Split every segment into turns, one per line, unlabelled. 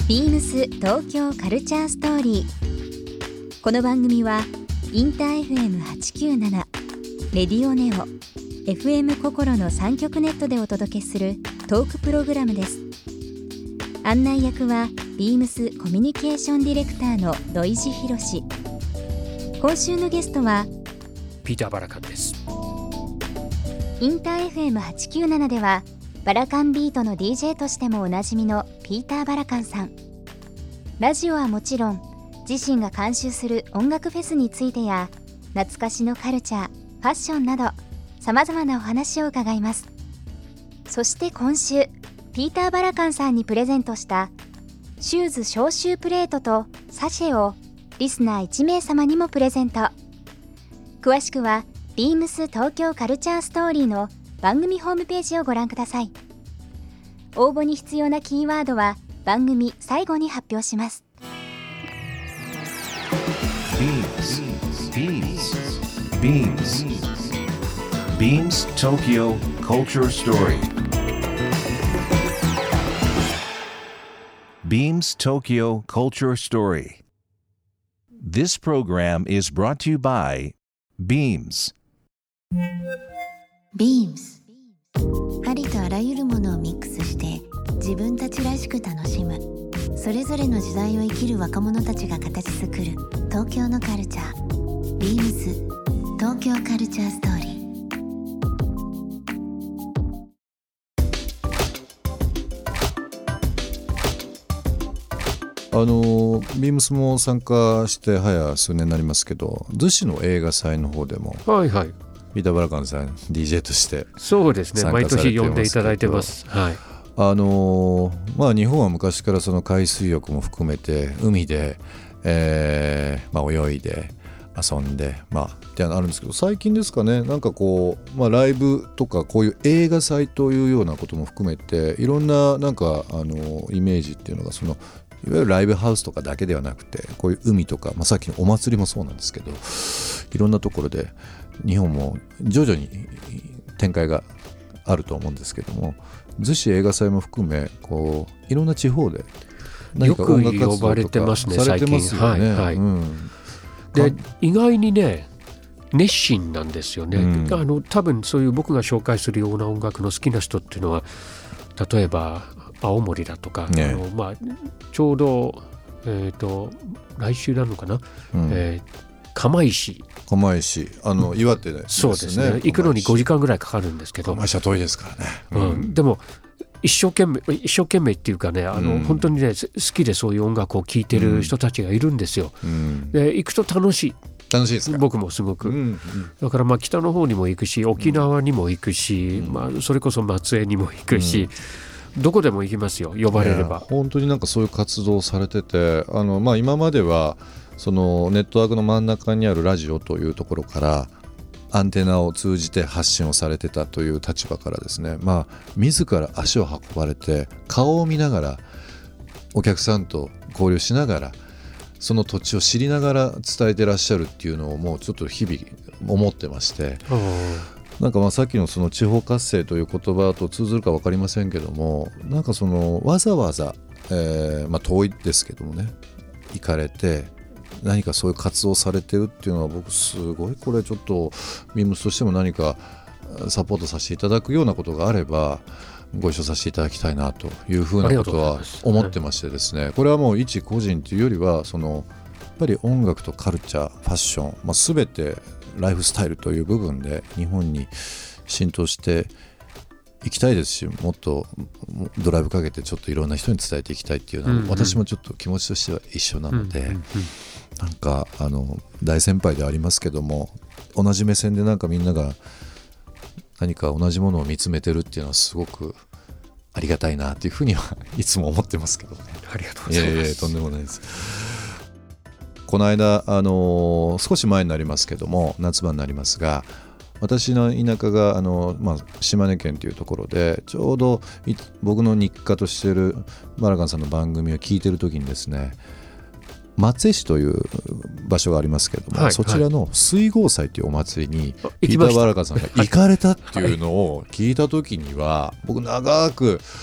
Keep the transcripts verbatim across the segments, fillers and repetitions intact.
ビームス東京カルチャーストーリー。この番組はインター エフエムはちきゅうなな、レディオネオ、エフエム 心のさん局ネットでお届けするトークプログラムです。案内役はビームスコミュニケーションディレクターの土井博志。今週のゲストは
ピーター・バラカンです。
インター エフエムはちきゅうなな ではバラカンビートの ディージェー としてもおなじみのピーター・バラカンさん。ラジオはもちろん自身が監修する音楽フェスについてや懐かしのカルチャー、ファッションなどさまざまなお話を伺います。そして今週ピーター・バラカンさんにプレゼントしたシューズ消臭プレートとサシェをリスナーいち名様にもプレゼント。詳しくはビームス東京カルチャーストーリーの番組ホームページをご覧ください。応募に必要なキーワードは番組最後に発表します。
ビームス ビームス ビームス ビームス Tokyo Culture Story Beams Tokyo Culture Story. This program is brought to you by Beams.
Beams ありとあらゆるものをミックスして自分たちらしく楽しむ、それぞれの時代を生きる若者たちが形作る東京のカルチャー。 Beams 東京カルチャーストーリー。
あのビームスも参加して早数年になりますけど、逗子の映画祭の方でも、
はいはい、
ピーター・バラカンさん ディージェー として
そうですね、毎年呼んでいただいてます。はい、
あのまあ、日本は昔からその海水浴も含めて海で、えーまあ、泳いで遊んで、まあ、ってあるんですけど、最近ですかね、なんかこう、まあ、ライブとかこういう映画祭というようなことも含めていろんななんかあのイメージっていうのが、そのいわゆるライブハウスとかだけではなくて、こういう海とか、まあ、さっきのお祭りもそうなんですけど、いろんなところで日本も徐々に展開があると思うんですけども、逗子映画祭も含めこういろんな地方で何か音楽活動とかされてますよね。はいはい、うん、
で意外にね熱心なんですよね。うん、あの多分そういう僕が紹介するような音楽の好きな人っていうのは、例えば青森だとか、ね、あのまあ、ちょうど、えーと、来週なのかな、うん、えー、釜石
釜石、あの岩手ですね。
そうですね、行くのにごじかんぐらいかかるんですけど、
釜石は遠いですからね。
うんうん、でも一生懸命一生懸命っていうかね、あの、うん、本当にね好きでそういう音楽を聴いてる人たちがいるんですよ。うん、で行くと楽しい。
楽しいですか？
僕もすごく、うんうん、だからまあ北の方にも行くし、沖縄にも行くし、うん、まあ、それこそ松江にも行くし、うん、どこでも行きますよ、呼ばれれば。
本当になんかそういう活動をされてて、あの、まあ、今まではそのネットワークの真ん中にあるラジオというところからアンテナを通じて発信をされてたという立場からですね、まあ、自ら足を運ばれて顔を見ながらお客さんと交流しながらその土地を知りながら伝えてらっしゃるっていうのをもうちょっと日々思ってまして、なんかまあさっきのその地方活性という言葉と通ずるか分かりませんけども、なんかそのわざわざ、えーまあ、遠いですけどもね、行かれて何かそういう活動されてるっていうのは、僕すごいこれちょっとビームスとしても何かサポートさせていただくようなことがあればご一緒させていただきたいなというふうなことは思ってましてですね、これはもう一個人というよりは、そのやっぱり音楽とカルチャー、ファッション、まあ、全てライフスタイルという部分で日本に浸透していきたいですし、もっとドライブかけてちょっといろんな人に伝えていきたいっていうのは、うんうん、私もちょっと気持ちとしては一緒なので、うんうんうん、なんかあの大先輩ではありますけども、同じ目線でなんかみんなが何か同じものを見つめてるっていうのはすごくありがたいなというふうにはいつも思ってますけどね。
ありがとうございます。
いやいやとんでもないです。この間、あのー、少し前になりますけども、夏場になりますが、私の田舎があの、まあ、島根県というところで、ちょうど僕の日課としているバラカンさんの番組を聞いているときにですね、松江市という場所がありますけれども、はい、そちらの水郷祭というお祭りにピーター・バラカンさんが行かれたっていうのを聞いたときには、僕長く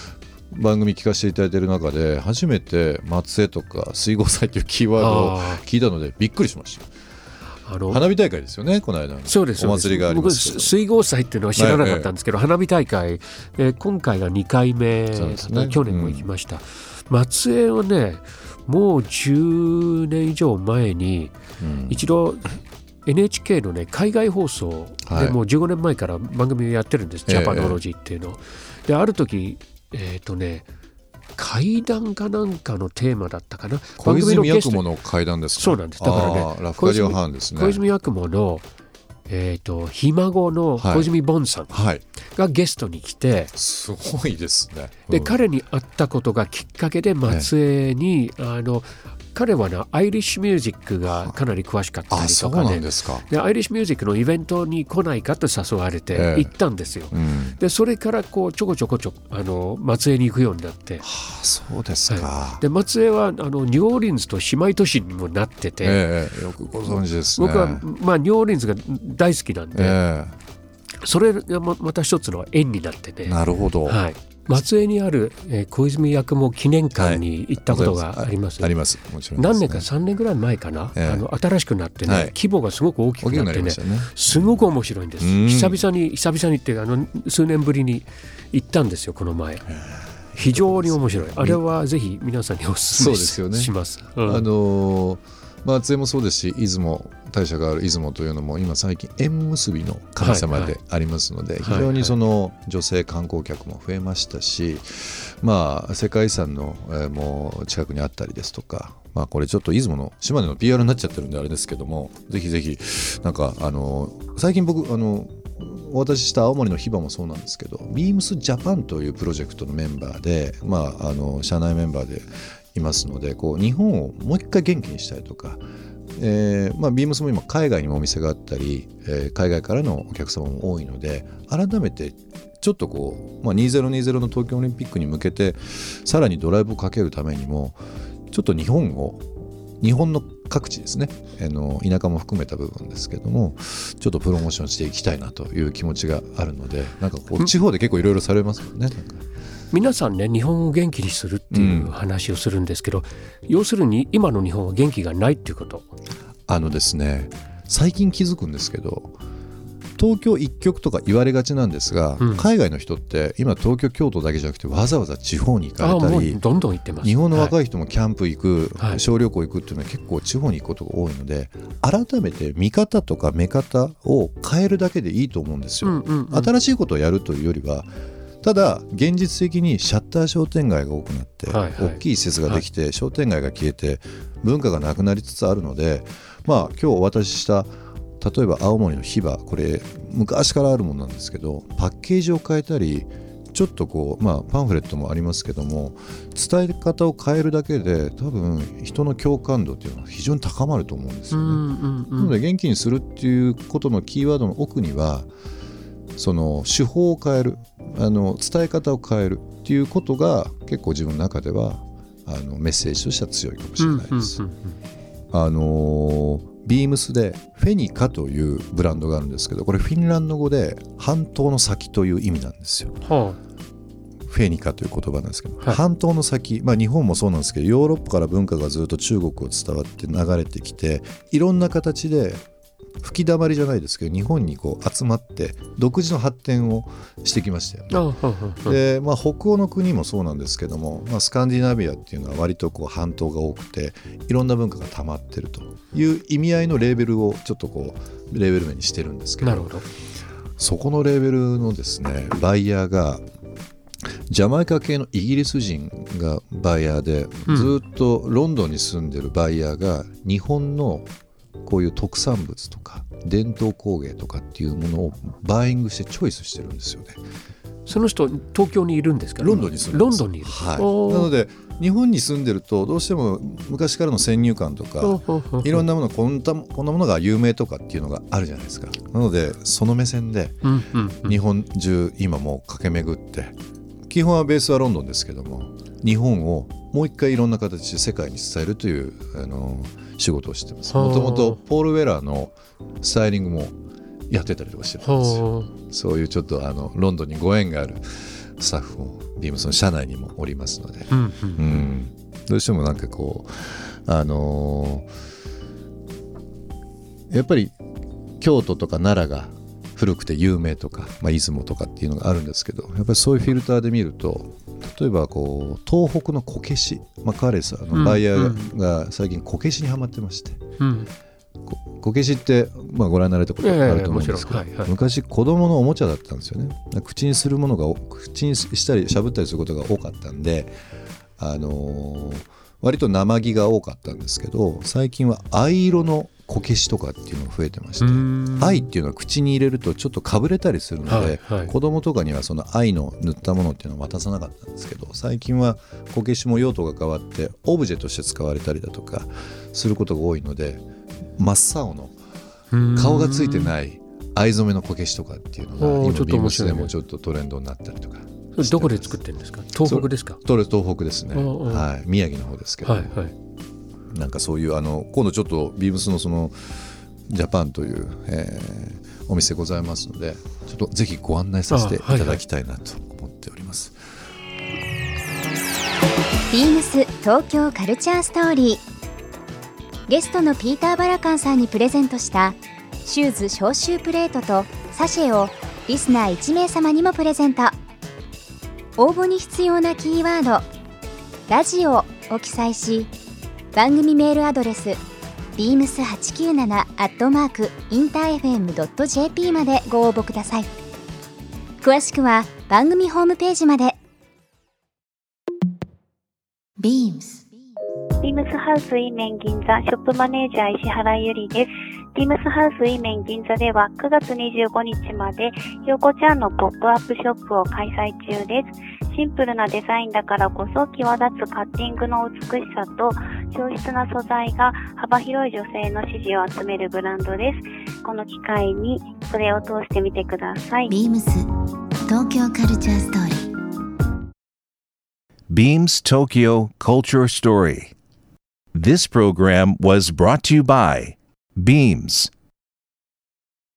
番組聞かせていただいている中で初めて松江とか水郷祭というキーワードを聞いたのでびっくりしました。あの花火大会ですよね、この間の
そうですお
祭りがありますけど、
僕水郷祭っていうのは知らなかったんですけど、はい、花火大会、えー、今回がにかいめ、ね、去年も行きました、うん、松江はねもうじゅうねん以上前に一度、うん、エヌエイチケー の、ね、海外放送でもうじゅうごねんまえから番組をやってるんです、はい、ジャパノロジーっていうの、えー、である時えっ、ー、とね怪談かなんかのテーマだったかな。
小泉八雲の怪談ですか。
そうなんです。だからね
ラフカディオ・ハーンですね。
小泉八雲の、えー、とひ孫の小泉ボンさんがゲストに来て、はいはい、
すごいですね、
うん、で彼に会ったことがきっかけで松江に、ね、あの彼はなアイリッシュミュージックがかなり詳しかったりとかね。
あ、そうなんですか。
でアイリッシュミュージックのイベントに来ないかと誘われて行ったんですよ、ええうん、でそれからこうちょこちょこちょあの松江に行くようになって、
はあ、そうですか、
はい、で松江はあのニューオーリンズと姉妹都市にもなってて、
ええ、よくご存知ですね。
僕は、まあ、ニューオーリンズが大好きなんで、ええ、それがまた一つの縁になってね。
なるほど、
はい、松江にある、えー、小泉八雲記念館に行ったことがあります、
はい、ありますもちろんですね。
何年かさんねんぐらい前かな、えー、あの新しくなってね、はい、規模がすごく大きくなってね、ねすごく面白いんです。久々に久々にってあの数年ぶりに行ったんですよこの前。非常に面白い。あれはぜひ皆さんにおすすめ し,、そうですよね、します、うん、あのー
松江もそうですし出雲大社がある出雲というのも今最近縁結びの神様でありますので、はいはい、非常にその女性観光客も増えましたし、まあ、世界遺産の、えー、もう近くにあったりですとか、まあ、これちょっと出雲の島根の ピーアール になっちゃってるんであれですけども、ぜひぜひなんかあの最近僕あのお渡しした青森のヒバもそうなんですけど、ビームスジャパンというプロジェクトのメンバーで、まあ、あの社内メンバーでいますので、こう日本をもう一回元気にしたいとか、えーまあ、ビームスも今海外にもお店があったり、えー、海外からのお客様も多いので、改めてちょっとこう、まあ、にせんにじゅうの東京オリンピックに向けてさらにドライブをかけるためにもちょっと日本を日本の各地ですね、あの田舎も含めた部分ですけどもちょっとプロモーションしていきたいなという気持ちがあるので、なんかこう地方で結構いろいろされますもんね。なんか
皆さんね日本を元気にするっていう話をするんですけど、うん、要するに今の日本は元気がないっていうこと。
あのですね最近気づくんですけど、東京一極とか言われがちなんですが、うん、海外の人って今東京京都だけじゃなくてわざわざ地方に行かれたり、
どんどん行ってます。
日本の若い人もキャンプ行く、はい、小旅行行くっていうのは結構地方に行くことが多いので、改めて見方とか目方を変えるだけでいいと思うんですよ、うんうんうん、新しいことをやるというよりは、ただ現実的にシャッター商店街が多くなって、はいはい、大きい施設ができて、はい、商店街が消えて文化がなくなりつつあるので、まあ今日お渡しした例えば青森のヒバ、これ昔からあるものなんですけど、パッケージを変えたりちょっとこう、まあ、パンフレットもありますけども伝え方を変えるだけで多分人の共感度っていうのは非常に高まると思うんですよね、うんうんうん、なので元気にするっていうことのキーワードの奥にはその手法を変える、あの伝え方を変えるっていうことが結構自分の中ではあのメッセージとしては強いかもしれないです、うんうんうんうん、あのービームスでフェニカというブランドがあるんですけど、これフィンランド語で半島の先という意味なんですよ、はあ、フェニカという言葉なんですけど、はい、半島の先、まあ、日本もそうなんですけどヨーロッパから文化がずっと中国を伝わって流れてきて、いろんな形で吹きだまりじゃないですけど日本にこう集まって独自の発展をしてきましたよね。あははで、まあ、北欧の国もそうなんですけども、まあ、スカンディナビアっていうのは割とこう半島が多くていろんな文化が溜まってるという意味合いのレーベルをちょっとこうレーベル名にしてるんですけど、なるほど。そこのレーベルのですねバイヤーがジャマイカ系のイギリス人がバイヤーで、うん、ずっとロンドンに住んでるバイヤーが日本のこういう特産物とか伝統工芸とかっていうものをバーイングしてチョイスしてるんですよね。
その人東京にいるんですか？
ロンドンに住んでます。
ロンドンにいる、
はい、なので日本に住んでるとどうしても昔からの先入観とかいろんなものこんな、こんなものが有名とかっていうのがあるじゃないですか。なのでその目線で日本中今もう駆け巡って基本はベースはロンドンですけども日本をもう一回いろんな形で世界に伝えるというあの仕事をしてます。もともとポール・ウェラーのスタイリングもやってたりとかしてるんですよ。そういうちょっとあのロンドンにご縁があるスタッフもビームスの社内にもおりますので、
うんうん
うん、どうしてもなんかこうあのー、やっぱり京都とか奈良が古くて有名とか、まあ、出雲とかっていうのがあるんですけど、やっぱりそういうフィルターで見ると、例えばこう東北のこけし、まあ、カーレスのバイヤーが最近こけしにはまってまして、うん、こ, こけしって、まあ、ご覧になられたことあると思うんですけど、はいはい、昔子供のおもちゃだったんですよね。口にするものが口にしたりしゃぶったりすることが多かったんで、あのー、割と生木が多かったんですけど、最近は藍色のこけしとかっていうのが増えてまして、藍っていうのは口に入れるとちょっとかぶれたりするので、はいはい、子供とかにはその藍の塗ったものっていうのは渡さなかったんですけど、最近はこけしも用途が変わってオブジェとして使われたりだとかすることが多いので、真っ青の顔がついてない藍染めのこけしとかっていうのが今ビームスでもちょっとトレンドになったりとか。
どこで作ってるんですか？東北ですか？
東北ですね、はい、宮城の方ですけど、はいはい、なんかそういうあの今度ちょっとビームスのそのジャパンという、えー、お店ございますので、ちょっとぜひご案内させていただきたいなと思っております。
ビームス東京カルチャーストーリー、ゲストのピーター・バラカンさんにプレゼントしたシューズ消臭プレートとサシェをリスナーいち名様にもプレゼント。応募に必要なキーワードラジオを記載し、番組メールアドレス ビームスはちきゅうなな アットマーク インターエフエム ドット ジェーピー までご応募ください。詳しくは番組ホームページまで。
ビームス
ビームスハウスイメン銀座ショップマネージャー石原ゆりです。ビームスハウスイメン銀座ではくがつにじゅうごにちまでひよこちゃんのポップアップショップを開催中です。シンプルなデザインだからこそ際立つカッティングの美しさと上質な素材が幅広い女性の支持を集めるブランドです。この機会にそれを通してみてください。
ビームス東京カルチャーストーリー
Beams Tokyo Culture Story. This program was brought to you by Beams.